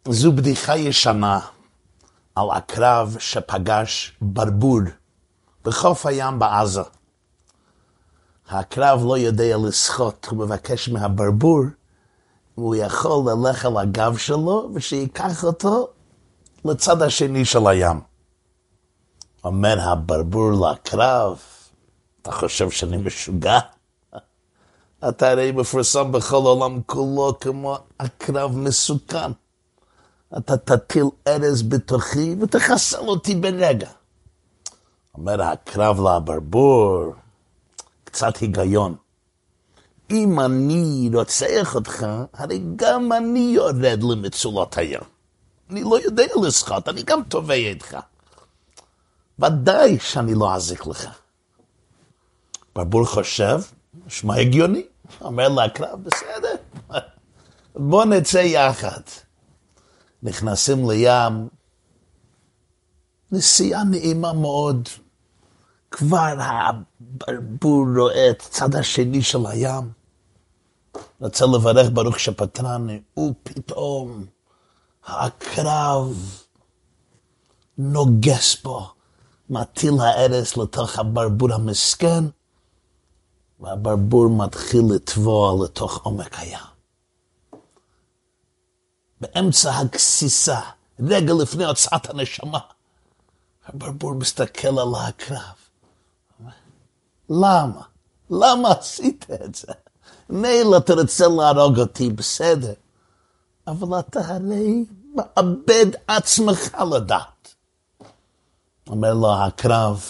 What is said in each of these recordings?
זו בדיחה ישנה על הקרב שפגש ברבור בחוף הים בעזה. הקרב לא יודע לשחות, הוא מבקש מהברבור אם הוא יכול ללך על הגב שלו ושיקח אותו לצד השני של הים. אומר הברבור לקרב, אתה חושב שאני משוגע? אתה הרי מפורסם בכל העולם כולו כמו הקרב מסוכן. אתה תטיל ארז בתוכי ותחסל אותי ברגע. אומר הקרב לברבור, קצת היגיון. אם אני רוצח אותך, הרי גם אני יורד למצולות הים. אני לא יודע לשחות, אני גם טובע איתך. ודאי שאני לא אזיק לך. ברבור חושב, שמה הגיוני. אומר לקרב, בסדר, בוא נצא יחד. נכנסים לים, נסיעה נעימה מאוד. כבר הברבור רואה את צד השני של הים. רוצה לברך ברוך שפטרני, ופתאום הקרב נוגס בו, מטיל הארץ לתוך הברבור המסכן, והברבור מתחיל לטבוע לתוך עומק הים. באמצע הגסיסה, רגע לפני הוצאת הנשמה, הברבור מסתכל על הקרב. למה? למה עשית את זה? מילא אתה רוצה להרוג אותי, בסדר. אבל אתה הרי מאבד עצמך לדעת. אומר לו הקרב,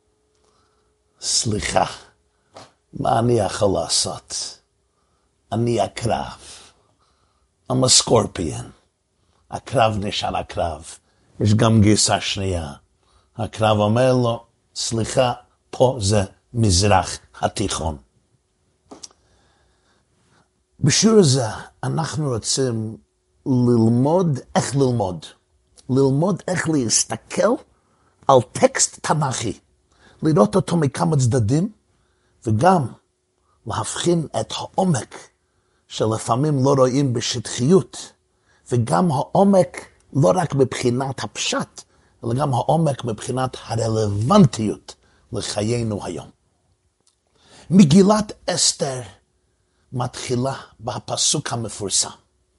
סליחה, מה אני יכול לעשות? אני הקרב. I'm a scorpion. הקרב נשאר הקרב. יש גם גרסה שנייה. הקרב אומר לו, סליחה, פה זה מזרח התיכון. בשיעור הזה אנחנו רוצים ללמוד איך ללמוד. ללמוד איך להסתכל על טקסט תנ"כי. לראות אותו מכמה צדדים, וגם להבחין את העומק שלפעמים לא רואים בשטחיות, וגם העומק לא רק מבחינת הפשט, אלא גם העומק מבחינת הרלוונטיות לחיינו היום. מגילת אסתר מתחילה בפסוק המפורסם.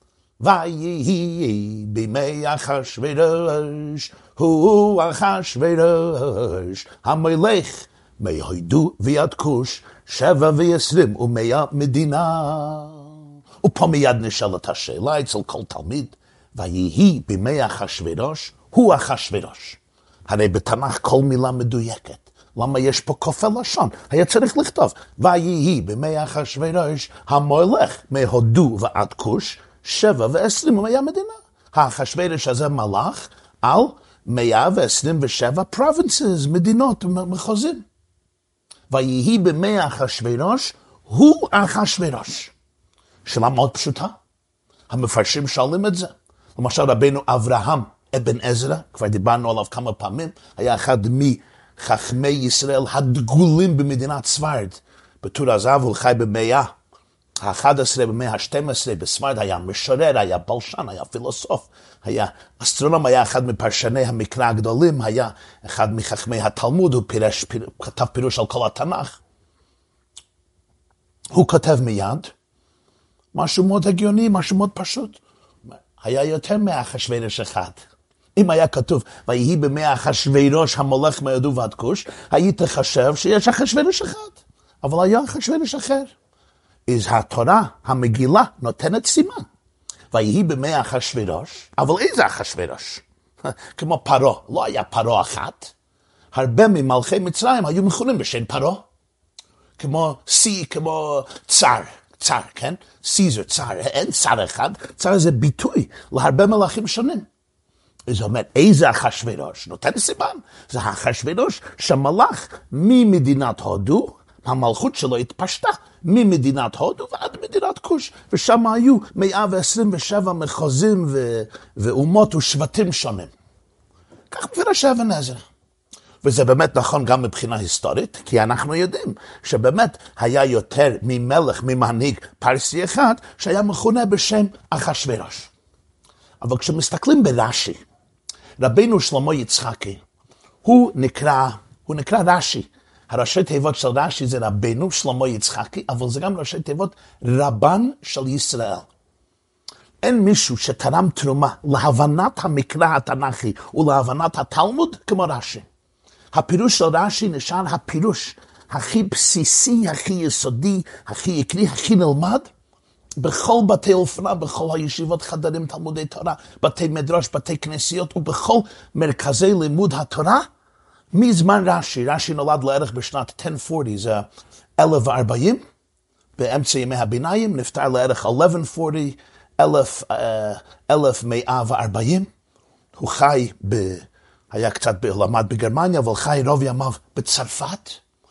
ויהי בימי אחשוורוש, הוא אחשוורוש, המלך מהודו ועד כוש, 27 מדינה. ופה מיד נשאלת השאלה אצל כל תלמיד, ויהי בימי אחשוורוש, הוא אחשוורוש. הרי בתנ"ך כל מילה מדויקת. למה יש פה כפל לשון? היה צריך לכתוב, ויהי בימי אחשוורוש, המלך מהודו ועד כוש, 27 מדינה. האחשוורוש הזה מלך על 127 provinces, מדינות ומחוזים. ויהי בימי אחשוורוש, הוא אחשוורוש. שאלה מאוד פשוטה. המפרשים שואלים את זה. למשל רבינו אברהם אבן עזרא, כבר דיברנו עליו כמה פעמים, היה אחד מחכמי ישראל הדגולים במדינת ספרד. בטור הזהב הוא חי במאה ה-11, במאה ה-12 בספרד, היה משורר, היה בלשן, היה פילוסוף, היה אסטרונום, היה אחד מפרשני המקרא הגדולים, היה אחד מחכמי התלמוד, הוא כתב פירוש על כל התנ"ך. הוא כותב מיד, משהו מאוד הגיוני, משהו מאוד פשוט. היה יותר מאחשוורוש אחד. אם היה כתוב, ויהי בימי אחשוורוש המלך מהודו ועד כוש, היית חשב שיש אחשוורוש אחד. אבל היה אחשוורוש אחר. אז התורה, המגילה, נותנת סימן. ויהי בימי אחשוורוש, אבל איזה אחשוורוש? כמו פרעה, לא היה פרעה אחת. הרבה ממלכי מצרים היו מכונים בשם פרעה. כמו צר, כן? סיזר, צר, אין צר אחד, צר זה ביטוי להרבה מלכים שונים. זה אומר, איזה אחשוורוש? נותן סימן. זה אחשוורוש שמלך ממדינת הודו, המלכות שלו התפשטה ממדינת הודו ועד מדינת כוש, ושם היו 127 מחוזים ואומות ושבטים שונים. כך מפרש אבן עזרא. וזה באמת נכון גם מבחינה היסטורית, כי אנחנו יודעים שבאמת היה יותר ממלך, ממנהיג פרסי אחד, שהיה מכונה בשם אחשוורוש. אבל כשמסתכלים ברש"י, רבינו שלמה יצחקי, הוא נקרא רש"י. הראשי תיבות של רש"י זה רבינו שלמה יצחקי, אבל זה גם ראשי תיבות רבן של ישראל. אין מישהו שתרם תרומה להבנת המקרא התנ"כי ולהבנת התלמוד כמו רש"י. הפירוש של רש"י נשאר הפירוש הכי בסיסי, הכי יסודי, הכי יקרי, הכי נלמד, בכל בתי אופנה, בכל הישיבות, חדרים, תלמודי תורה, בתי מדרש, בתי כנסיות, ובכל מרכזי לימוד התורה, מזמן רש"י. רש"י נולד לערך בשנת 1040, זה 1040, באמצע ימי הביניים, נפטר לערך 1140, 1140, הוא חי היה קצת למד בגרמניה, אבל חי רוב ימיו בצרפת,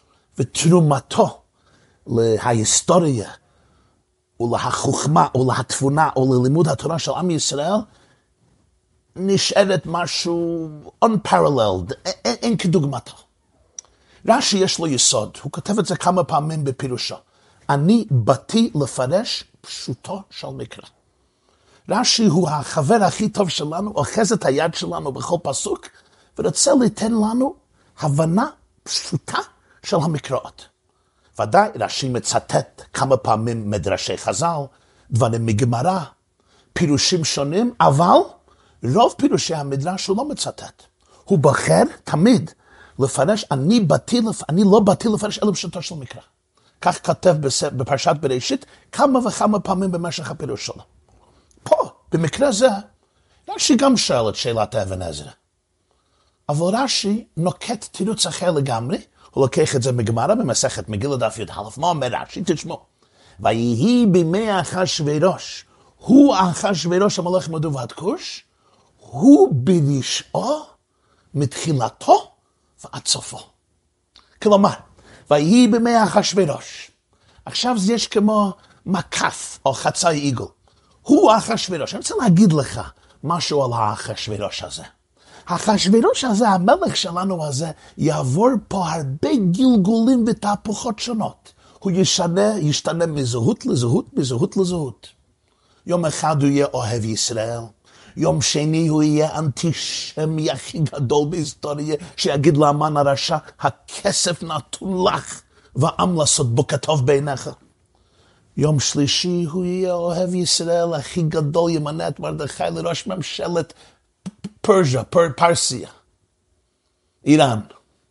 ותרומתו להיסטוריה, ולחוכמה, ולתבונה, וללימוד התורה של עם ישראל, נשארת משהו unparalleled, אין כדוגמתו. רש"י יש לו יסוד, הוא כותב את זה כמה פעמים בפירושו. אני באתי לפרש פשוטו של מקרא. רש"י הוא החבר הכי טוב שלנו, אוחז את היד שלנו בכל פסוק, ורוצה ליתן לנו הבנה פשוטה של המקראות. ודאי, רש"י מצטט כמה פעמים מדרשי חז"ל, דברים מגמרא, פירושים שונים, אבל רוב פירושי המדרש הוא לא מצטט. הוא בוחר תמיד לפרש, אני לא באתי לפרש אלא פשוטו של מקרא. כך כתב בפרשת בראשית כמה וכמה פעמים במשך הפירוש שלו. פה, במקרה זה, רש"י גם שואל את שאלת אבן עזרא. אבל רש"י נוקט תירוץ אחר לגמרי, הוא לוקח את זה מגמרא במסכת מגילה דף י"א, מה אומר רש"י? תשמעו. ויהי בימי אחשוורוש, הוא אחשוורוש המלך מדו ועד כוש, הוא ברשעו מתחילתו ועד סופו. כלומר, ויהי בימי אחשוורוש. עכשיו יש כמו מקף או חצי עיגול. הוא אחשוורוש. אני רוצה להגיד לך משהו על האחשוורוש הזה. האחשוורוש הזה, המלך שלנו הזה, יעבור פה הרבה גלגולים ותהפוכות שונות. הוא ישתנה מזהות לזהות, מזהות לזהות. יום אחד הוא יהיה אוהב ישראל, יום שני הוא יהיה אנטישמי הכי גדול בהיסטוריה, שיגיד לאמן הרשע, הכסף נתון לך, והעם לעשות בו כטוב בעיניך. יום שלישי הוא יהיה אוהב ישראל הכי גדול, ימנה את מרדכי לראש ממשלת פרסיה, איראן.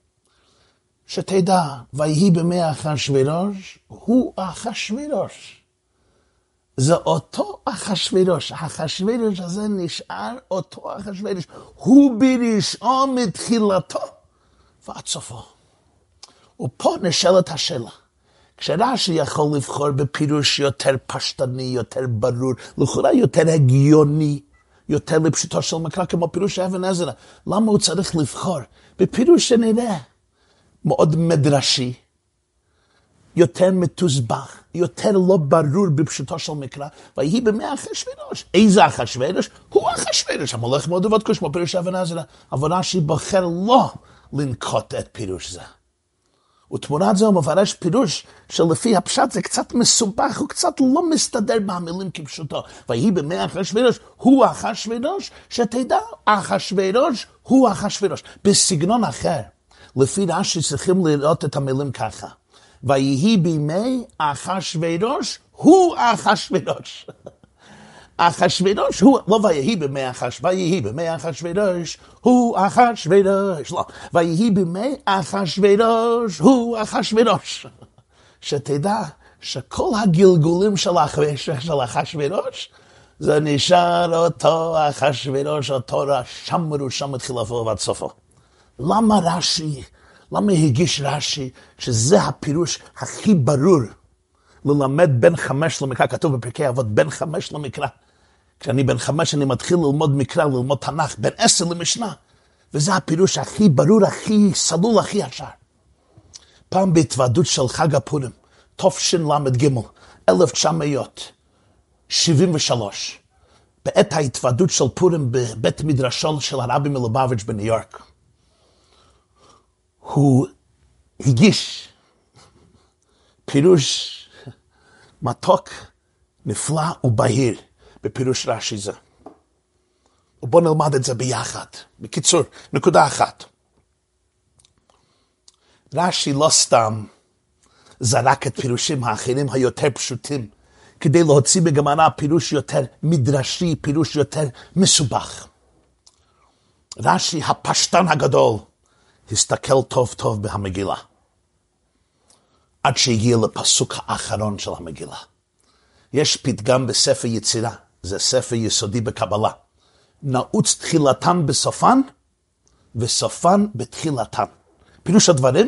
שתדע, ויהי בימי אחשוורוש, הוא אחשוורוש. זה אותו אחשוורוש. האחשוורוש הזה נשאר אותו אחשוורוש. הוא ברשעו מתחילתו ועד סופו. ופה נשאלת השאלה. כשרש"י יכול לבחור בפירוש יותר פשטני, יותר ברור, לכאורה יותר הגיוני, יותר לפשוטו של מקרא, כמו פירוש אבן עזרא, למה הוא צריך לבחור בפירוש שנראה מאוד מדרשי, יותר מתוסבך, יותר לא ברור בפשוטו של מקרא, ויהי בימי אחשוורוש. איזה אחשוורוש? הוא אחשוורוש, המלך מדו ועד כוש, כמו פירוש אבן עזרא, אבל רש"י בוחר לא לנקוט את פירוש זה. ותמורת זה הוא מפרש פירוש שלפי הפשט זה קצת מסובך, הוא קצת לא מסתדר במילים כפשוטו. ויהי בימי אחשוורוש, הוא אחשוורוש, שתדע, אחשוורוש, הוא אחשוורוש. בסגנון אחר, לפי רש"י צריכים לראות את המילים ככה. ויהי בימי אחשוורוש, הוא אחשוורוש. אחשוורוש הוא, לא ויהי בימי אחשוורוש, הוא אחשוורוש, לא, ויהי בימי אחשוורוש, הוא אחשוורוש. שתדע שכל הגלגולים של אחשוורוש, זה נשאר אותו אחשוורוש, אותו רשם מרושם מתחילתו ועד סופו. למה הגיש רש"י שזה הפירוש הכי ברור ללמד בין 5 למקרא, כתוב בפרקי אבות בין 5 למקרא. כשאני בן 5 אני מתחיל ללמוד מקרא, ללמוד תנ"ך, בין 10 למשנה. וזה הפירוש הכי ברור, הכי סלול, הכי ישר. פעם בהתוועדות של חג הפורים, תשל"ג, 1973, בעת ההתוועדות של פורים בבית מדרשו של הרבי מלובביץ' בניו יורק, הוא הגיש פירוש מתוק, נפלא ובהיר בפירוש רש"י זה. ובוא נלמד את זה ביחד. בקיצור, נקודה אחת. רש"י לא סתם זרק את פירושים האחרים היותר פשוטים, כדי להוציא בגמרא פירוש יותר מדרשי, פירוש יותר מסובך. רש"י הפשטן הגדול הסתכל טוב טוב במגילה, עד שהגיע לפסוק האחרון של המגילה. יש פתגם בספר יצירה, זה ספר יסודי בקבלה. נעוץ תחילתן בסופן, וסופן בתחילתן. פירוש הדברים,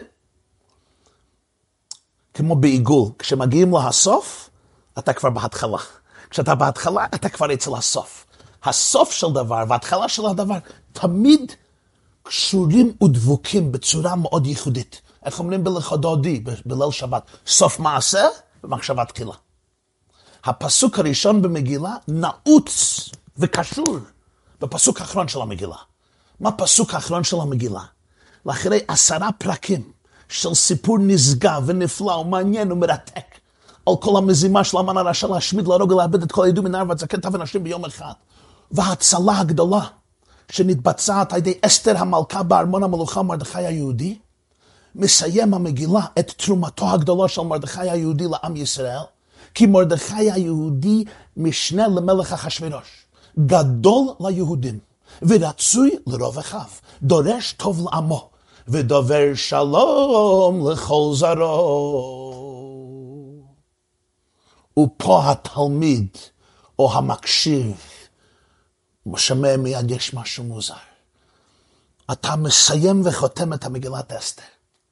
כמו בעיגול, כשמגיעים לסוף, אתה כבר בהתחלה. כשאתה בהתחלה, אתה כבר אצל הסוף. הסוף של דבר וההתחלה של הדבר תמיד קשורים ודבוקים בצורה מאוד ייחודית. איך אומרים בלכות דודי, בליל שבת? סוף מעשה ומחשבה תחילה. הפסוק הראשון במגילה נעוץ וקשור בפסוק האחרון של המגילה. מה הפסוק האחרון של המגילה? לאחרי 10 פרקים של סיפור נשגב ונפלא ומעניין ומרתק, על כל המזימה של המן הרשע להשמיד, להרוג ולאבד את כל היהודים מנער ועד זקן טף ונשים ביום אחד. וההצלה הגדולה שנתבצעת על ידי אסתר המלכה בארמון המלוכה מרדכי היהודי, מסיים המגילה את תרומתו הגדולה של מרדכי היהודי לעם ישראל, כי מרדכי היהודי משנה למלך אחשוורוש, גדול ליהודים ורצוי לרוב אחיו, דורש טוב לעמו ודובר שלום לכל זרעו. ופה התלמיד או המקשיב שומע מיד יש משהו מוזר. אתה מסיים וחותם את המגילת אסתר.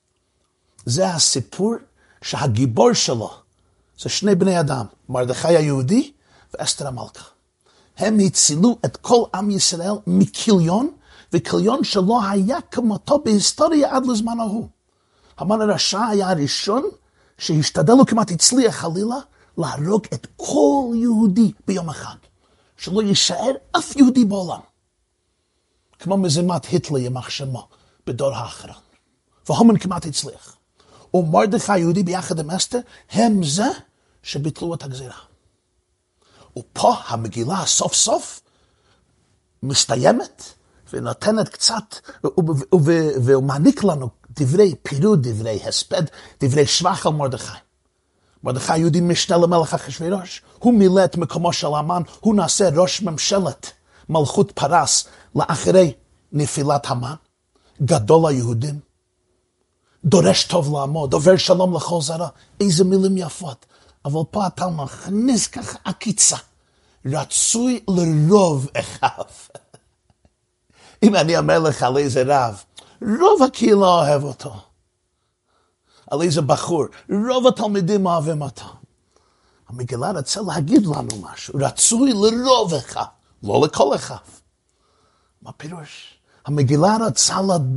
זה הסיפור שהגיבור שלו זה 2 בני אדם, מרדכי היהודי ואסתר המלכה. הם הצילו את כל עם ישראל מכיליון, וכיליון שלא היה כמותו בהיסטוריה עד לזמן ההוא. המן הרשע היה הראשון שהשתדל וכמעט הצליח חלילה להרוג את כל יהודי ביום אחד. שלא יישאר אף יהודי בעולם. כמו מזימת היטלר ימח שמו בדור האחרון. והמן כמעט הצליח. ומרדכי היהודי ביחד עם אסתר הם זה שביטלו את הגזירה. ופה המגילה סוף סוף מסתיימת ונותנת קצת, ומעניק לנו דברי פירוד, דברי הספד, דברי שבח על מרדכי. מרדכי היהודי משנה למלך אחשוורוש, הוא מילא את מקומו של המן, הוא נעשה ראש ממשלת מלכות פרס לאחרי נפילת המן, גדול היהודים, דורש טוב לעמו, דובר שלום לכל זרע, איזה מילים יפות. אבל פה אתה מכניס ככה עקיצה, רצוי לרוב אחיו. אם אני אומר לך על איזה רב, רוב הקהילה אוהב אותו. על איזה בחור, רוב התלמידים אוהבים אותו. המגילה רצה להגיד לנו משהו, רצוי לרוב אחיו, לא לכל אחיו. מה פירוש? המגילה רצה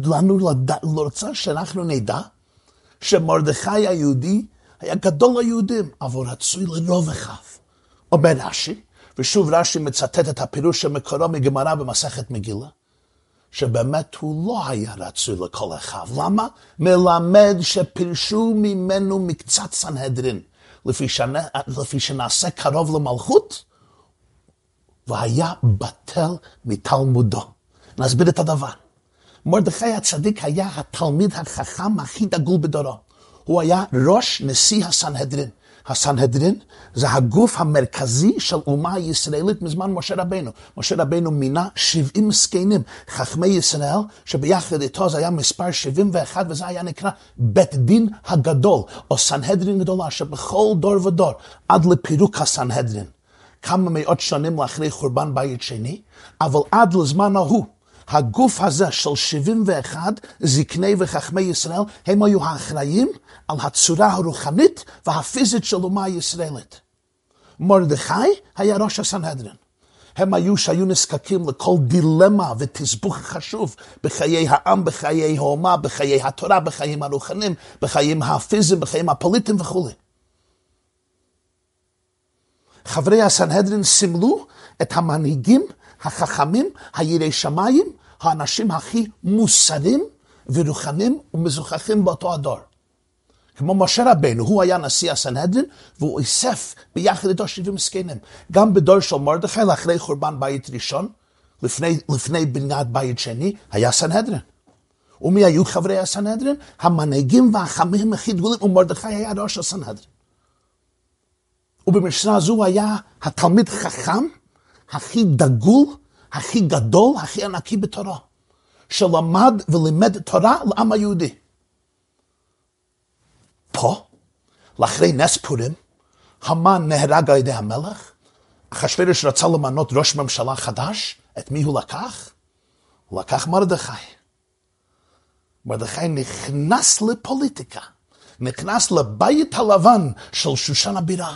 רוצה שאנחנו נדע שמרדכי היהודי היה גדול ליהודים, אבל רצוי לרוב אחיו. אומר רש"י, ושוב רש"י מצטט את הפירוש שמקורו מגמרא במסכת מגילה, שבאמת הוא לא היה רצוי לכל אחיו. למה? מלמד שפירשו ממנו מקצת סנהדרין, לפי שנעשה קרוב למלכות, והיה בטל מתלמודו. נסביר את הדבר. מרדכי הצדיק היה התלמיד החכם הכי דגול בדורו. הוא היה ראש נשיא הסנהדרין. הסנהדרין זה הגוף המרכזי של אומה הישראלית מזמן משה רבנו. משה רבנו מינה 70 זקנים, חכמי ישראל, שביחד איתו זה היה מספר 71, וזה היה נקרא בית דין הגדול, או סנהדרין גדולה, שבכל דור ודור, עד לפירוק הסנהדרין. כמה מאות שנים לאחרי חורבן בית שני, אבל עד לזמן ההוא, הגוף הזה של 71 זקני וחכמי ישראל, הם היו האחראים על הצורה הרוחנית והפיזית של אומה הישראלית. מרדכי היה ראש הסנהדרין. הם שהיו נזקקים לכל דילמה ותסבוך חשוב בחיי העם, בחיי האומה, בחיי התורה, בחיים הרוחניים, בחיים הפיזיים, בחיים הפוליטיים וכו'. חברי הסנהדרין סימלו את המנהיגים החכמים, היראי שמיים, האנשים הכי מוסריים ורוחניים ומזוכחים באותו הדור. כמו משה רבנו, הוא היה נשיא הסנהדרין, והוא אסף ביחד איתו 70 זקנים. גם בדור של מרדכי, לאחרי חורבן בית ראשון, לפני בניית בית שני, היה סנהדרין. ומי היו חברי הסנהדרין? המנהיגים והחכמים הכי דגולים, ומרדכי היה ראש הסנהדרין. ובמשנה זו היה התלמיד חכם, הכי דגול, הכי גדול, הכי ענקי בתורה, שלמד ולימד תורה לעם היהודי. פה, לאחרי נס פורים, המן נהרג על ידי המלך, אחשוורוש רצה למנות ראש ממשלה חדש, את מי הוא לקח? הוא לקח מרדכי. מרדכי נכנס לפוליטיקה, נכנס לבית הלבן של שושן הבירה.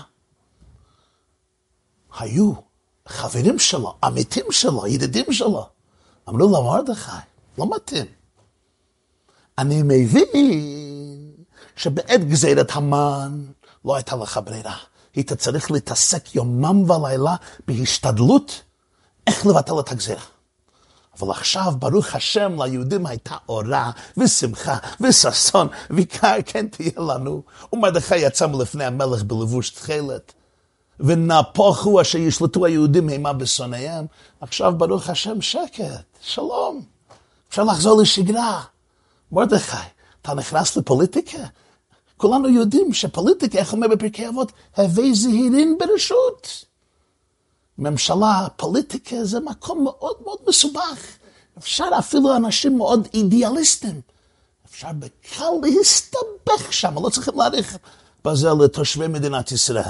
היו חברים שלו, עמיתים שלו, ידידים שלו. אמרו לו, מרדכי, לא מתאים. אני מבין שבעת גזירת המן לא הייתה לך ברירה. היית צריך להתעסק יומם ולילה בהשתדלות איך לבטל את הגזירה. אבל עכשיו, ברוך השם, ליהודים הייתה אורה ושמחה וששון, ועיקר כן תהיה לנו. ומרדכי יצא מלפני המלך בלבוש תכלת, ונהפוכו אשר ישלטו היהודים אימה בשונאיהם. עכשיו, ברוך השם, שקט, שלום. אפשר לחזור לשגרה. מרדכי, אתה נכנס לפוליטיקה? כולנו יודעים שפוליטיקה, איך אומר בפרקי אבות, הווי זהירין ברשות. ממשלה, פוליטיקה, זה מקום מאוד מאוד מסובך. אפשר אפילו אנשים מאוד אידיאליסטים. אפשר בקל להסתבך שם, לא צריכים להעריך בזה לתושבי מדינת ישראל.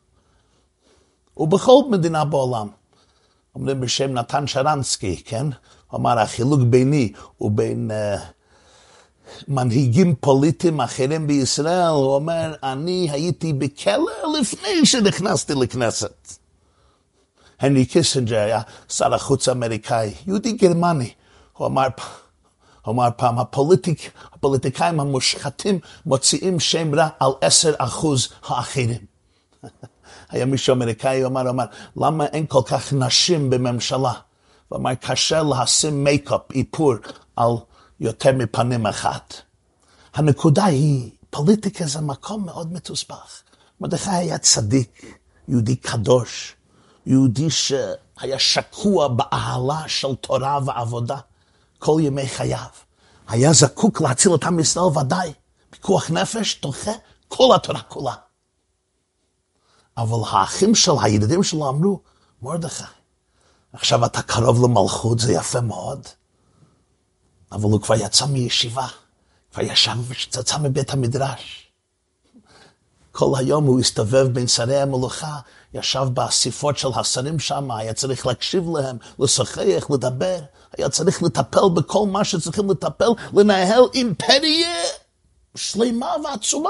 ובכל מדינה בעולם, אומרים בשם נתן שרנסקי, כן? אמר, החילוק ביני ובין מנהיגים פוליטיים אחרים בישראל, הוא אומר, אני הייתי בכלא לפני שנכנסתי לכנסת. הנרי קיסינג'ר היה שר החוץ האמריקאי, יהודי גרמני. הוא אמר פעם, הפוליטיקאים המושחתים מוציאים שם רע על 10% האחרים. היה מישהו אמריקאי, הוא אמר, למה אין כל כך נשים בממשלה? הוא אמר, קשה לשים מייקאפ, איפור, על יותר מפנים אחת. הנקודה היא, פוליטיקה זה מקום מאוד מתוסבך. מרדכי היה צדיק, יהודי קדוש, יהודי שהיה שקוע באהלה של תורה ועבודה כל ימי חייו. היה זקוק להציל את עם ישראל ודאי. פיקוח נפש, תוכה, כל התורה כולה. אבל האחים של הידידים שלו אמרו, מרדכי, עכשיו אתה קרוב למלכות, זה יפה מאוד. אבל הוא כבר יצא מישיבה, כבר יצא מבית המדרש. כל היום הוא הסתובב בין שרי המלוכה, ישב באסיפות של השרים שם, היה צריך להקשיב להם, לשוחח, לדבר, היה צריך לטפל בכל מה שצריכים לטפל, לנהל אימפריה שלמה ועצומה.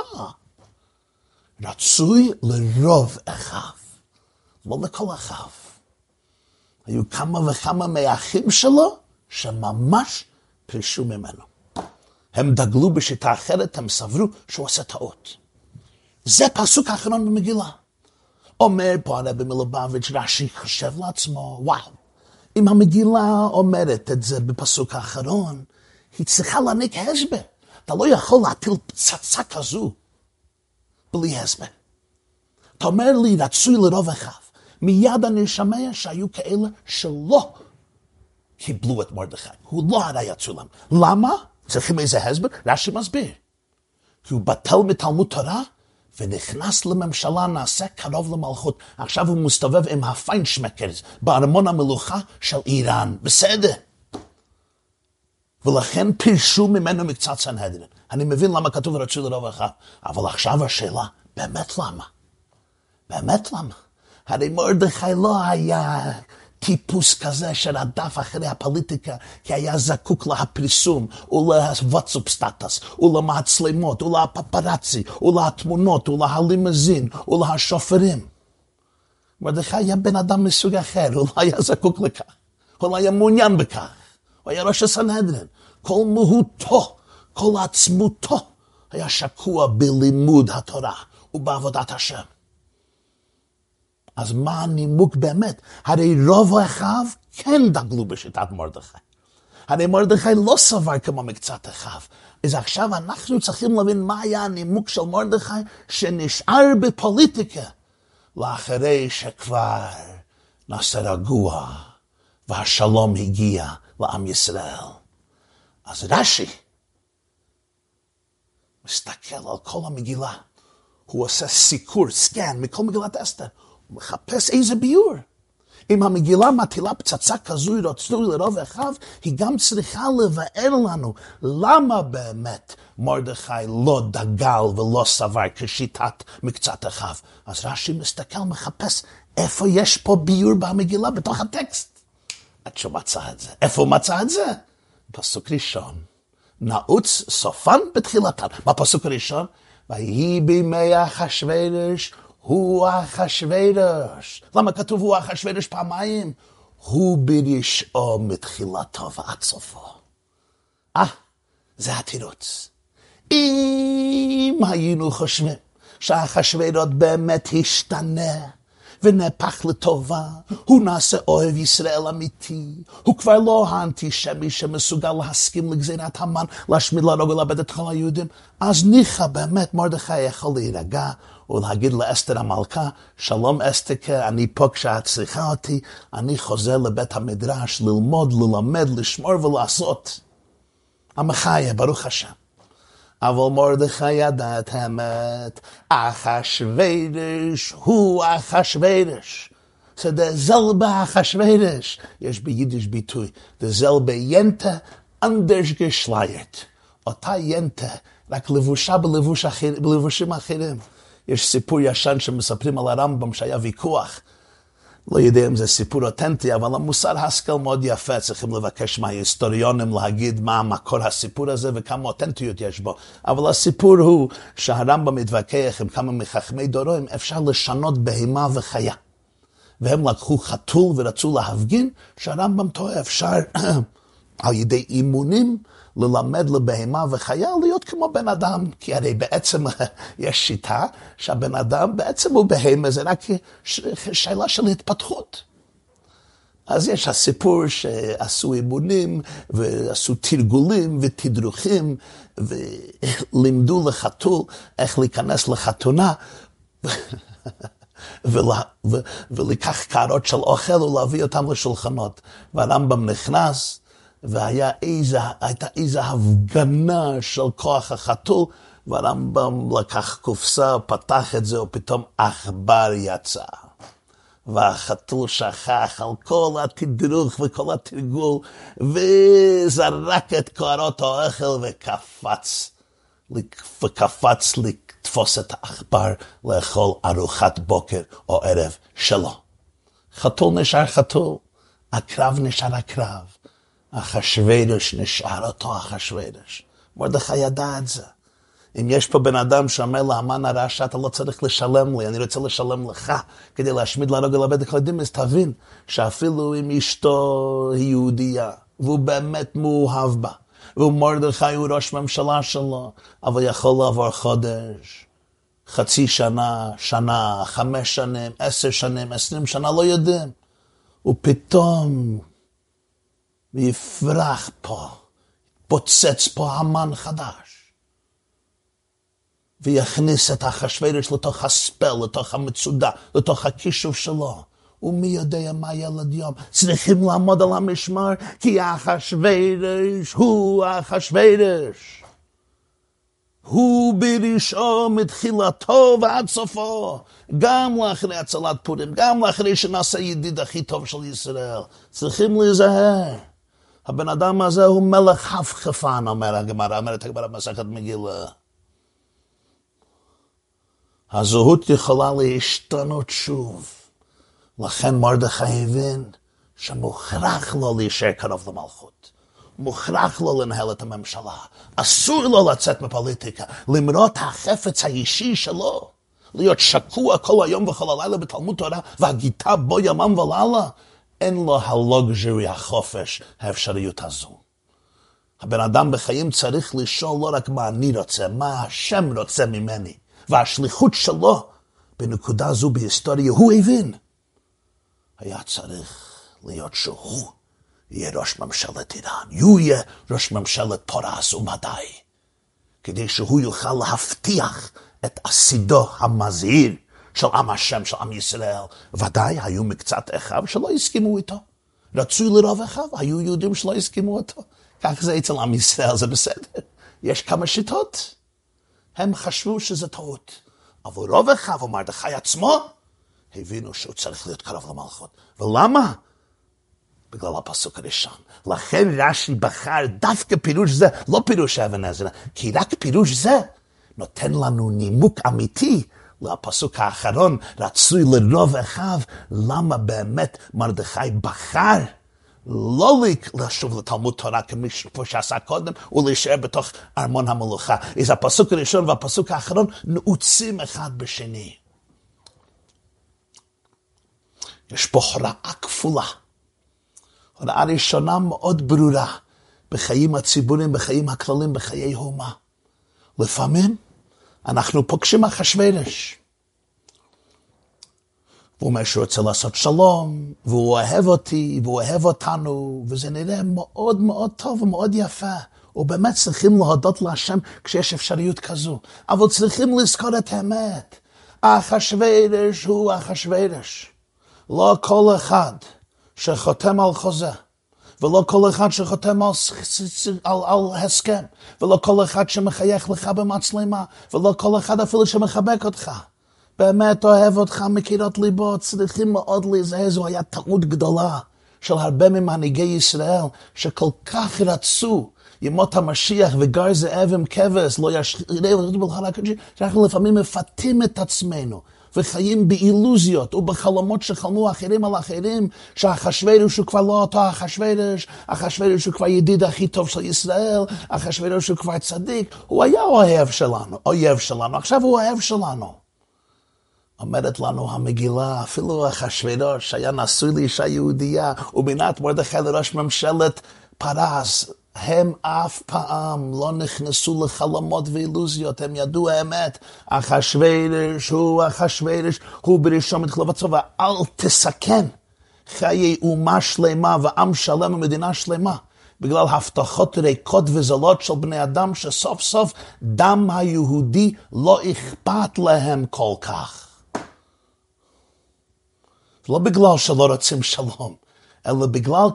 רצוי לרוב אחיו, לא לכל אחיו. היו כמה וכמה מהאחים שלו שממש פרשו ממנו. הם דגלו בשיטה אחרת, הם סברו שהוא עושה טעות. זה פסוק האחרון במגילה. אומר פה הרבי מלובביץ', רש"י חושב לעצמו, וואו, אם המגילה אומרת את זה בפסוק האחרון, היא צריכה להעניק הסבר. אתה לא יכול להטיל פצצה כזו בלי הסבר. אתה אומר לי, רצוי לרוב אחיו. מיד אני שומע שהיו כאלה שלא קיבלו את מרדכי. הוא לא היה צולם. למה? צריכים איזה הסבר? רש"י מסביר. כי הוא בטל מתלמוד תורה, ונכנס לממשלה, נעשה קרוב למלכות. עכשיו הוא מסתובב עם הפיינשמקרס בארמון המלוכה של איראן. בסדר. ולכן פירשו ממנו מקצת סנהדרין. אני מבין למה כתוב רצוי לרוב אחיו. אבל עכשיו השאלה, באמת למה? באמת למה? הרי מרדכי לא היה טיפוס כזה שרדף אחרי הפוליטיקה, כי היה זקוק לפרסום, ולוואטסאפ סטטוס, ולמצלמות, ולפפרצי, ולתמונות, ולהלימוזין, ולשופרים. מרדכי היה בן אדם מסוג אחר, הוא לא היה זקוק לכך, הוא לא היה מעוניין בכך, הוא היה ראש הסנהדרין. כל מהותו, כל עצמותו, היה שקוע בלימוד התורה ובעבודת השם. אז מה הנימוק באמת? הרי רוב אחיו כן דגלו בשיטת מרדכי. הרי מרדכי לא סבר כמו מקצת אחיו. אז עכשיו אנחנו צריכים להבין מה היה הנימוק של מרדכי שנשאר בפוליטיקה, לאחרי שכבר נעשה רגוע והשלום הגיע לעם ישראל. אז רש"י מסתכל על כל המגילה, הוא עושה סיקור, סקן מכל מגילת אסתר, הוא מחפש איזה ביור. אם המגילה מטילה פצצה כזו רצוי לרוב אחיו, היא גם צריכה לבאר לנו למה באמת מרדכי לא דגל ולא סבר כשיטת מקצת אחיו. אז רש"י מסתכל, מחפש איפה יש פה ביור במגילה בתוך הטקסט. עד שהוא מצא את זה. איפה הוא מצא את זה? פסוק ראשון. נעוץ סופן בתחילתן. בפסוק הראשון, ויהי בימי אחשוורוש, הוא אחשוורוש. למה כתוב הוא אחשוורוש פעמיים? הוא ברשעו מתחילתו ועד סופו. זה התירוץ. אם היינו חושבים שהאחשוורוש באמת השתנה ונהפך לטובה, הוא נעשה אוהב ישראל אמיתי, הוא כבר לא האנטישמי שמסוגל להסכים לגזירת המן, להשמיד, להרוג ולאבד את כל היהודים, אז ניחא באמת מרדכי יכול להירגע ולהגיד לאסתר המלכה, שלום אסתר, אני פה כשאת צריכה אותי, אני חוזר לבית המדרש ללמוד, ללמד, לשמור ולעשות. המחיה, ברוך השם. אבל מרדכי ידע את האמת, אחשוורוש הוא אחשוורוש. So derselbe אחשוורוש, יש ביידיש ביטוי, derselbe ינטה anders geschleiert. אותה ינטה, רק לבושה בלבושים אחרים. יש סיפור ישן שמספרים על הרמב"ם שהיה ויכוח, לא יודע אם זה סיפור אותנטי, אבל המוסר השכל מאוד יפה, צריכים לבקש מההיסטוריונים להגיד מה המקור הסיפור הזה וכמה אותנטיות יש בו. אבל הסיפור הוא שהרמב"ם מתווכח עם כמה מחכמי דורו, אם אפשר לשנות בהמה וחיה. והם לקחו חתול ורצו להפגין שהרמב"ם טועה, אפשר על ידי אימונים ללמד לבהמה וחיה להיות כמו בן אדם, כי הרי בעצם יש שיטה שהבן אדם בעצם הוא בהמה, זה רק שאלה של התפתחות. אז יש הסיפור שעשו אימונים ועשו תרגולים ותדרוכים ולימדו לחתול איך להיכנס לחתונה ולקח קערות של אוכל ולהביא אותם לשולחנות. והרמב"ם נכנס והייתה איזו הפגנה של כוח החתול, והרמב"ם לקח קופסה, פתח את זה, ופתאום עכבר יצא. והחתול שכח על כל התדרוך וכל התרגול, וזרק את קערות האוכל וקפץ לתפוס את העכבר לאכול ארוחת בוקר או ערב שלו. חתול נשאר חתול, עקרב נשאר עקרב. אחשוורוש נשאר אותו אחשוורוש. מרדכי ידע את זה. אם יש פה בן אדם שאומר להמן הרשע, אתה לא צריך לשלם לי, אני רוצה לשלם לך, כדי להשמיד, להרוג ולאבד את כל הדין, אז תבין שאפילו אם אשתו היא יהודייה, והוא באמת מאוהב בה, ומרדכי הוא ראש ממשלה שלו, אבל יכול לעבור חודש, חצי שנה, שנה, 5 שנים, 10 שנים, 20 שנה, לא יודעים. ופתאום ויפרח פה, פוצץ פה המן חדש, ויכניס את אחשוורוש לתוך הספל, לתוך המצודה, לתוך הכישוף שלו. ומי יודע מה ילד יום? צריכים לעמוד על המשמר, כי אחשוורוש הוא אחשוורוש. הוא ברשעו מתחילתו ועד סופו, גם לאחרי הצלת פורים, גם לאחרי שנעשה ידיד הכי טוב של ישראל. צריכים להיזהר. הבן אדם הזה הוא מלך חפחפן, אומרת הגמרא במסכת מגילה. הזהות יכולה להשתנות שוב. לכן מרדכי הבין שמוכרח לו להישאר קרוב למלכות. מוכרח לו לנהל את הממשלה. אסור לו לצאת מפוליטיקה, למרות החפץ האישי שלו. להיות שקוע כל היום וכל הלילה בתלמוד תורה, והגיטה בו ימם ולילה. אין לו הלוגז'רי, החופש, האפשריות הזו. הבן אדם בחיים צריך לשאול לא רק מה אני רוצה, מה השם רוצה ממני. והשליחות שלו בנקודה זו בהיסטוריה, הוא הבין. היה צריך להיות שהוא יהיה ראש ממשלת איראן, הוא יהיה ראש ממשלת פרס ומדי, כדי שהוא יוכל להבטיח את עתידו המזהיר של עם השם, של עם ישראל. ודאי היו מקצת אחיו שלא הסכימו איתו, רצוי לרוב אחיו, היו יהודים שלא הסכימו אותו. כך זה אצל עם ישראל, זה בסדר. יש כמה שיטות. הם חשבו שזה טעות. אבל רוב אחיו ומרדכי עצמו, הבינו שהוא צריך להיות קרוב למלכות. ולמה? בגלל הפסוק הראשון. לכן רש"י בחר דווקא פירוש זה, לא פירוש אבן עזרא, כי רק פירוש זה נותן לנו נימוק אמיתי לפסוק האחרון, רצוי לרוב אחיו, למה באמת מרדכי בחר לא לשוב לתלמוד תורה כמו שעשה קודם, ולהישאר בתוך ארמון המלוכה. אז הפסוק הראשון והפסוק האחרון נעוצים אחד בשני. יש פה הוראה כפולה. הוראה ראשונה מאוד ברורה, בחיים הציבוריים, בחיים הכלליים, בחיי הומה. לפעמים אנחנו פוגשים אחשוורוש. הוא אומר שהוא רוצה לעשות שלום, והוא אוהב אותי, והוא אוהב אותנו, וזה נראה מאוד מאוד טוב ומאוד יפה. ובאמת צריכים להודות להשם כשיש אפשריות כזו. אבל צריכים לזכור את האמת. אחשוורוש הוא אחשוורוש. לא כל אחד שחותם על חוזה, ולא כל אחד שחותם על הסכם, ולא כל אחד שמחייך לך במצלמה, ולא כל אחד אפילו שמחבק אותך. באמת אוהב אותך מקירות ליבו, צריכים מאוד להיזהר, זו הייתה טעות גדולה של הרבה ממנהיגי ישראל, שכל כך רצו ימות המשיח וגר זאב עם כבש, לא ישאירו, שאנחנו לפעמים מפתים את עצמנו, וחיים באילוזיות ובחלומות שחלמו אחרים על אחרים, שאחשוורוש הוא כבר לא אותו אחשוורוש, אחשוורוש הוא כבר ידיד הכי טוב של ישראל, אחשוורוש הוא כבר צדיק, הוא היה אוהב שלנו, עכשיו הוא אוהב שלנו. אומרת לנו המגילה, אפילו אחשוורוש היה נשוי לאישה יהודייה, ומינת מרדכי לראש ממשלת פרס, הם אף פעם לא נכנסו לחלומות ואילוזיות, הם ידעו האמת. אחשוורוש הוא בראשון מתחילה בצבא, אל תסכן חיי אומה שלמה ועם שלם ומדינה שלמה, בגלל הבטחות ריקות וזולות של בני אדם, שסוף סוף דם היהודי לא אכפת להם כל כך. לא בגלל שלא רוצים שלום, אלא בגלל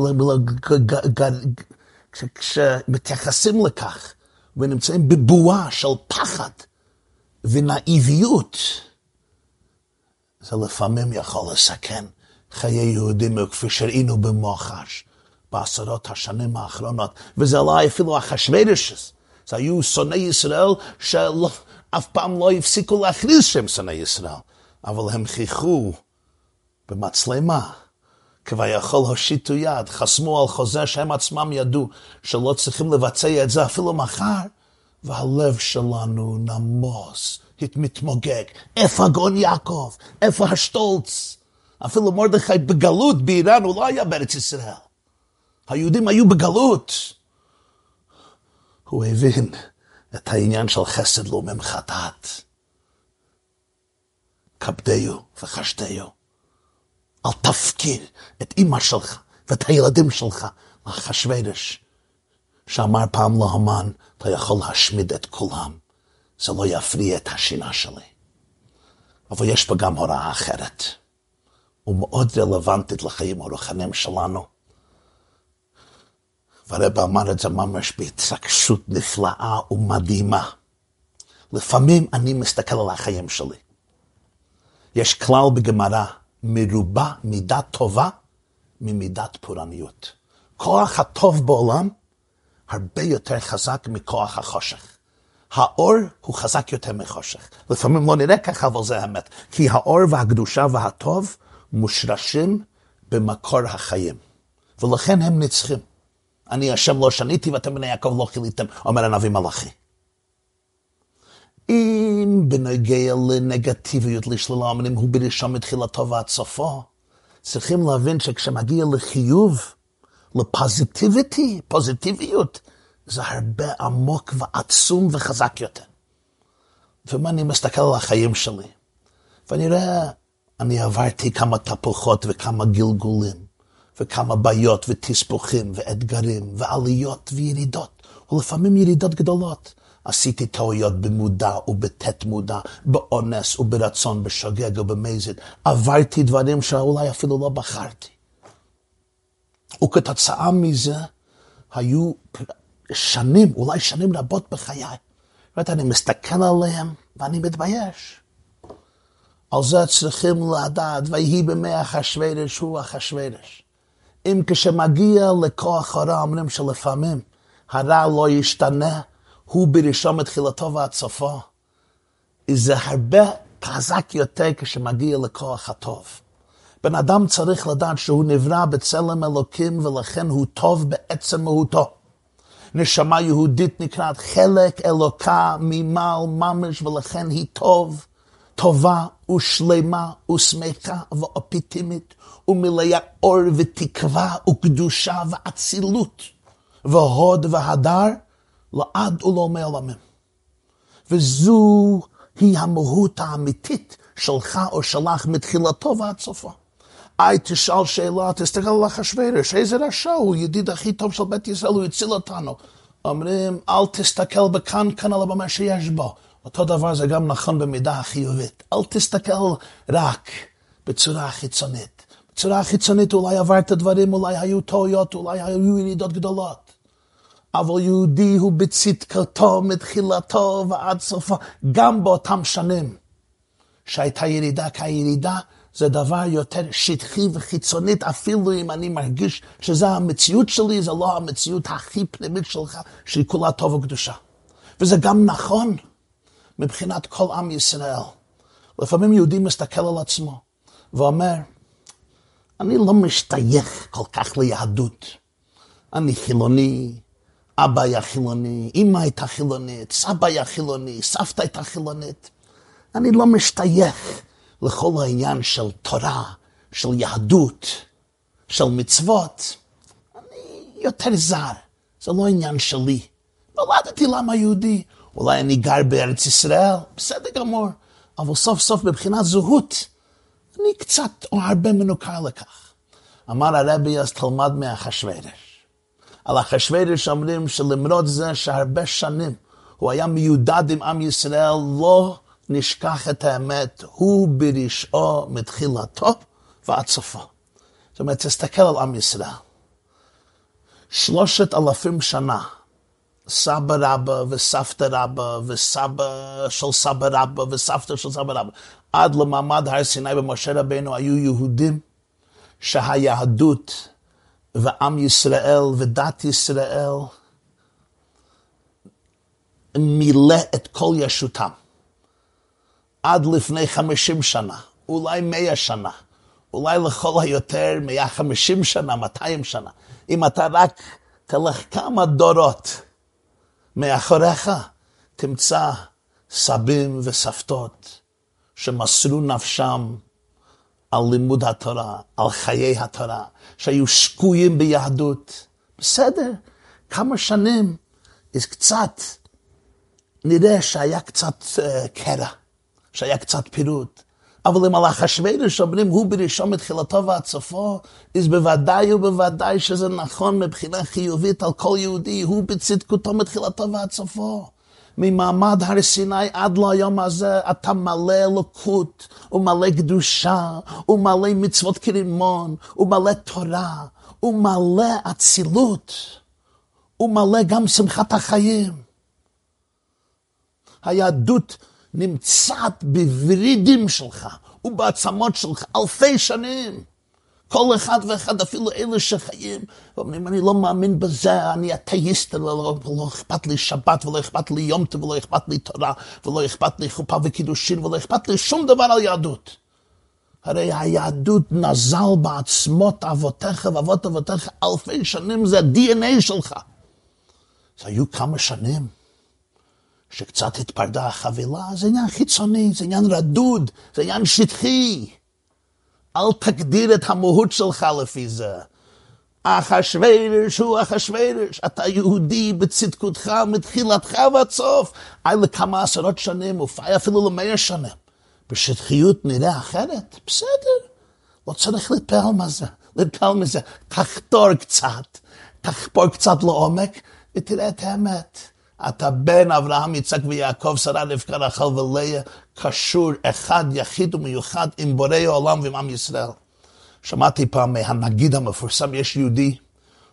כשמתייחסים לכך ונמצאים בבועה של פחד ונאיביות, זה לפעמים יכול לסכן חיי יהודים, כפי שראינו במוחש בעשרות השנים האחרונות. וזה לא אפילו אחשוורוש, זה היו שונאי ישראל שאף פעם לא הפסיקו להכריז שהם שונאי ישראל, אבל הם חייכו במצלמה, כביכול הושיטו יד, חסמו על חוזה שהם עצמם ידעו שלא צריכים לבצע את זה אפילו מחר, והלב שלנו נמוס, מתמוגג. איפה הגאון יעקב? איפה השטולץ? אפילו מרדכי בגלות באיראן, הוא לא היה בארץ ישראל. היהודים היו בגלות. הוא הבין את העניין של חסד לא ממחטאת. כבדהו וחשדהו. אל תפקיר את אמא שלך ואת הילדים שלך לאחשוורוש, שאמר פעם להמן, אתה יכול להשמיד את כולם, זה לא יפריע את השינה שלי. אבל יש פה גם הוראה אחרת, ומאוד רלוונטית לחיים הרוחניים שלנו. והרב אמר את זה ממש בהתרגשות נפלאה ומדהימה. לפעמים אני מסתכל על החיים שלי. יש כלל בגמרא, מרובה מידה טובה ממידת פורעניות. כוח הטוב בעולם הרבה יותר חזק מכוח החושך. האור הוא חזק יותר מחושך. לפעמים לא נראה ככה, אבל זה האמת. כי האור והקדושה והטוב מושרשים במקור החיים. ולכן הם נצחים. אני השם לא שניתי ואתם בני יעקב לא חיליתם, אומר הנביא מלאכי. אם בנוגע לנגטיביות, לשלילה, אומרים הוא בראשון מתחילתו ועד סופו, צריכים להבין שכשמגיע לחיוב, לפוזיטיביטי, פוזיטיביות, זה הרבה עמוק ועצום וחזק יותר. ומה אני מסתכל על החיים שלי, ואני רואה, אני עברתי כמה תפוחות וכמה גלגולים, וכמה בעיות ותסבוכים ואתגרים ועליות וירידות, ולפעמים ירידות גדולות. עשיתי טעויות במודע ובתת מודע, באונס וברצון, בשוגג ובמזיד. עברתי דברים שאולי אפילו לא בחרתי. וכתוצאה מזה היו שנים, אולי שנים רבות בחיי. אני מסתכל עליהם ואני מתבייש. על זה צריכים לדעת, ויהי בימי אחשוורוש הוא אחשוורוש. אם כשמגיע לכוח הרע, אומרים שלפעמים הרע לא ישתנה, הוא בראשון מתחילתו ועד סופו. זה הרבה חזק יותר כשמגיע לכוח הטוב. בן אדם צריך לדעת שהוא נברא בצלם אלוקים, ולכן הוא טוב בעצם מהותו. נשמה יהודית נקראת חלק אלוקה ממעל ממש, ולכן היא טובה ושלמה ושמחה ואופטימית, ומלאה אור ותקווה וקדושה ואצילות, והוד והדר לעד ולעולמי עולמים. וזו היא המהות האמיתית שלך או שלך מתחילתו ועד סופו. תשאל שאלה, תסתכל על אחשוורוש, איזה רשע הוא, ידיד הכי טוב של בית ישראל, הוא הציל אותנו. אומרים, אל תסתכל בכאן אלא במה שיש בו. אותו דבר זה גם נכון במידה החיובית. אל תסתכל רק בצורה החיצונית. בצורה החיצונית אולי עברת דברים, אולי היו טעויות, אולי היו ירידות גדולות. אבל יהודי הוא בצדקתו מתחילתו ועד סופו, גם באותם שנים שהייתה ירידה כירידה, זה דבר יותר שטחי וחיצונית, אפילו אם אני מרגיש שזה המציאות שלי, זה לא המציאות הכי פנימית שלך, שהיא כולה טוב וקדושה. וזה גם נכון מבחינת כל עם ישראל. לפעמים יהודי מסתכל על עצמו ואומר, אני לא משתייך כל כך ליהדות. אני חילוני, אבא היה חילוני, אמא הייתה חילונית, סבא היה חילוני, סבתא הייתה חילונית. אני לא משתייך לכל העניין של תורה, של יהדות, של מצוות. אני יותר זר, זה לא עניין שלי. נולדתי למה יהודי, אולי אני גר בארץ ישראל, בסדר גמור, אבל סוף סוף מבחינת זהות, אני קצת או הרבה מנוכר לכך. אמר הרבי אז תלמד מאחשוורוש. על אחשוורוש אומרים שלמרות זה שהרבה שנים הוא היה מיודד עם עם ישראל, לא נשכח את האמת, הוא ברשעו מתחילתו ועד סופו. זאת אומרת, תסתכל על עם ישראל. 3,000 שנה, סבא רבא וסבתא רבא וסבא של סבא רבא וסבתא של סבא רבא, עד למעמד הר סיני במשה רבינו היו יהודים שהיהדות ועם ישראל ודת ישראל מילא את כל ישותם. עד לפני 50 שנה, אולי 100 שנה, אולי לכל היותר 150 שנה, 200 שנה. אם אתה רק תלך כמה דורות מאחוריך, תמצא סבים וסבתות שמסרו נפשם על לימוד התורה, על חיי התורה, שהיו שקועים ביהדות. בסדר, כמה שנים, אז קצת, נראה שהיה קצת קרע. שהיה קצת פירוט. אבל אם על אחשוורוש אומרים, הוא בראשון מתחילתו ועד סופו, אז בוודאי ובוודאי שזה נכון מבחינה חיובית על כל יהודי, הוא בצדקותו מתחילתו ועד סופו. ממעמד הר סיני עד ליום הזה, אתה מלא אלוקות, ומלא קדושה, ומלא מצוות כרימון, ומלא תורה, ומלא אצילות, ומלא גם שמחת החיים. היהדות נמצאת בוורידים שלך ובעצמות שלך אלפי שנים. כל אחד ואחד, אפילו אלה שחיים, ואומרים, אני לא מאמין בזה, אני אתאיסט, לא אכפת לי שבת, ולא אכפת לי יום טוב, ולא אכפת לי תורה, ולא אכפת לי חופה וקידושין, ולא אכפת לי שום דבר על יהדות. הרי היהדות נזל בעצמות אבותיך ואבות אבותיך אלפי שנים, זה ה-DNA שלך. זה היו כמה שנים שקצת התפרדה החבילה, זה עניין חיצוני, זה עניין רדוד, זה עניין שטחי. אל תגדיר את המהות שלך לפי זה. אחשוורוש הוא אחשוורוש, אתה יהודי בצדקותך מתחילתך ועד סוף. לכמה עשרות שנים, אולי אפילו ל100 שנים. בשטחיות נראה אחרת, בסדר. לא צריך להתפעל מזה. תחפור קצת לעומק, ותראה את האמת. אתה בן אברהם, יצחק ויעקב, שרה, רבקה, רחל ולאה, קשור אחד יחיד ומיוחד עם בורא העולם ועם עם ישראל. שמעתי פעם מהנגיד המפורסם, יש יהודי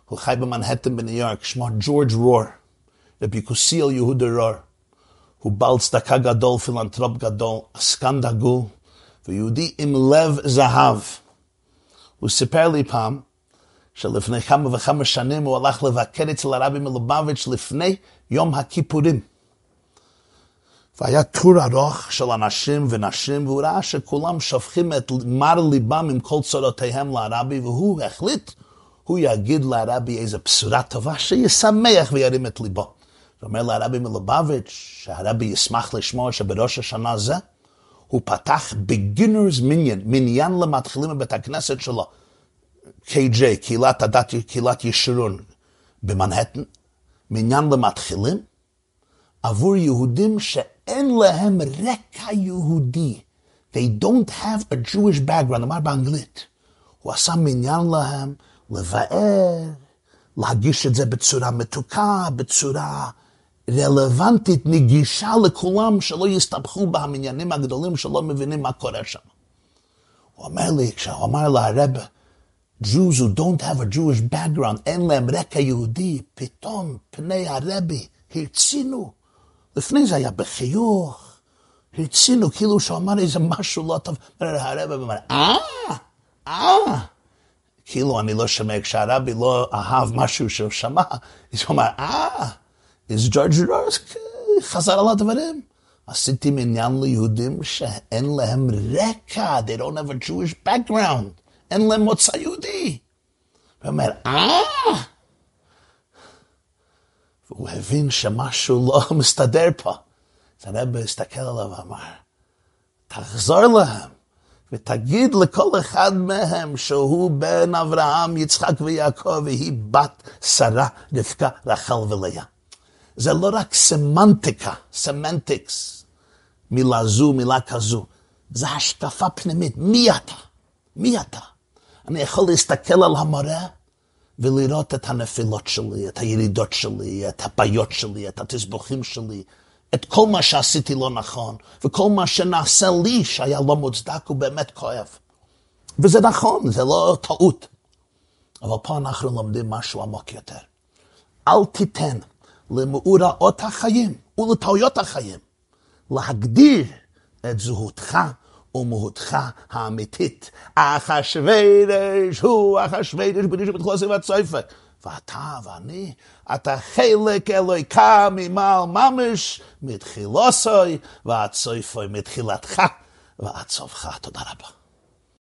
הוא חי במנהטן בניו יורק, שמו ג'ורג' רור, רבי קוסיאל יהודה רור. הוא בעל צדקה גדול, פילנטרופ גדול, עסקן דגול, ויהודי עם לב זהב. הוא סיפר לי פעם, שלפני כמה וכמה שנים הוא הלך לבקר אצל הרבי מלובביץ' לפני יום הכיפורים. והיה טור ארוך של אנשים ונשים, והוא ראה שכולם שופכים את מר ליבם עם כל צורותיהם לרבי, והוא החליט, הוא יגיד לרבי איזו בשורה טובה שישמח וירים את ליבו. הוא אומר לרבי מלובביץ' שהרבי ישמח לשמוע שבראש השנה זה, הוא פתח בגינרס מניין למתחילים בבית הכנסת שלו, KJ, קהילת הדת, קהילת ישרון במנהטן, מניין למתחילים, עבור יהודים שאין להם רקע יהודי. They don't have a Jewish background, אמר באנגלית. הוא עשה מניין להם לבאר, להגיש את זה בצורה מתוקה, בצורה רלוונטית, נגישה לכולם, שלא יסתבכו במניינים הגדולים, שלא מבינים מה קורה שם. הוא אומר לי, כשהוא אמר להרבא, Jews who don't have a Jewish background, אין להם רקע יהודי, פתאום פני הרבי הרצינו. לפני זה היה בחיוך, הרצינו, כאילו שהוא אמר איזה משהו לא טוב. הרבי אמר, כאילו אני לא שומע, כשהרבי לא אהב משהו שהוא שמע, הוא אמר, is George Ross חזר על הדברים. עשיתי מניין ליהודים שאין להם רקע, they don't have a Jewish background. אין להם מוצא יהודי. הוא אומר, והוא הבין שמשהו לא מסתדר פה. אז הרב הסתכל עליו ואמר, תחזור להם, ותגיד לכל אחד מהם שהוא בן אברהם, יצחק ויעקב, והיא בת שרה, רבקה, רחל ולאה. זה לא רק סמנטיקה, סמנטיקס, מילה זו, מילה כזו. זה השקפה פנימית. מי אתה? מי אתה? אני יכול להסתכל על המורה ולראות את הנפילות שלי, את הירידות שלי, את הבעיות שלי, את התסבוכים שלי, את כל מה שעשיתי לא נכון, וכל מה שנעשה לי שהיה לא מוצדק הוא באמת כואב. וזה נכון, זה לא טעות. אבל פה אנחנו לומדים משהו עמוק יותר. אל תיתן למאורעות החיים ולטעויות החיים להגדיר את זהותך ומהותך האמיתית. אחשוורוש הוא אחשוורוש בראשית בתחילה סביבת סופר. ואתה ואני, אתה חלק אלוהיקה ממעל ממש, מתחילוסוי ועד סופוי, מתחילתך ועד סופך. תודה רבה.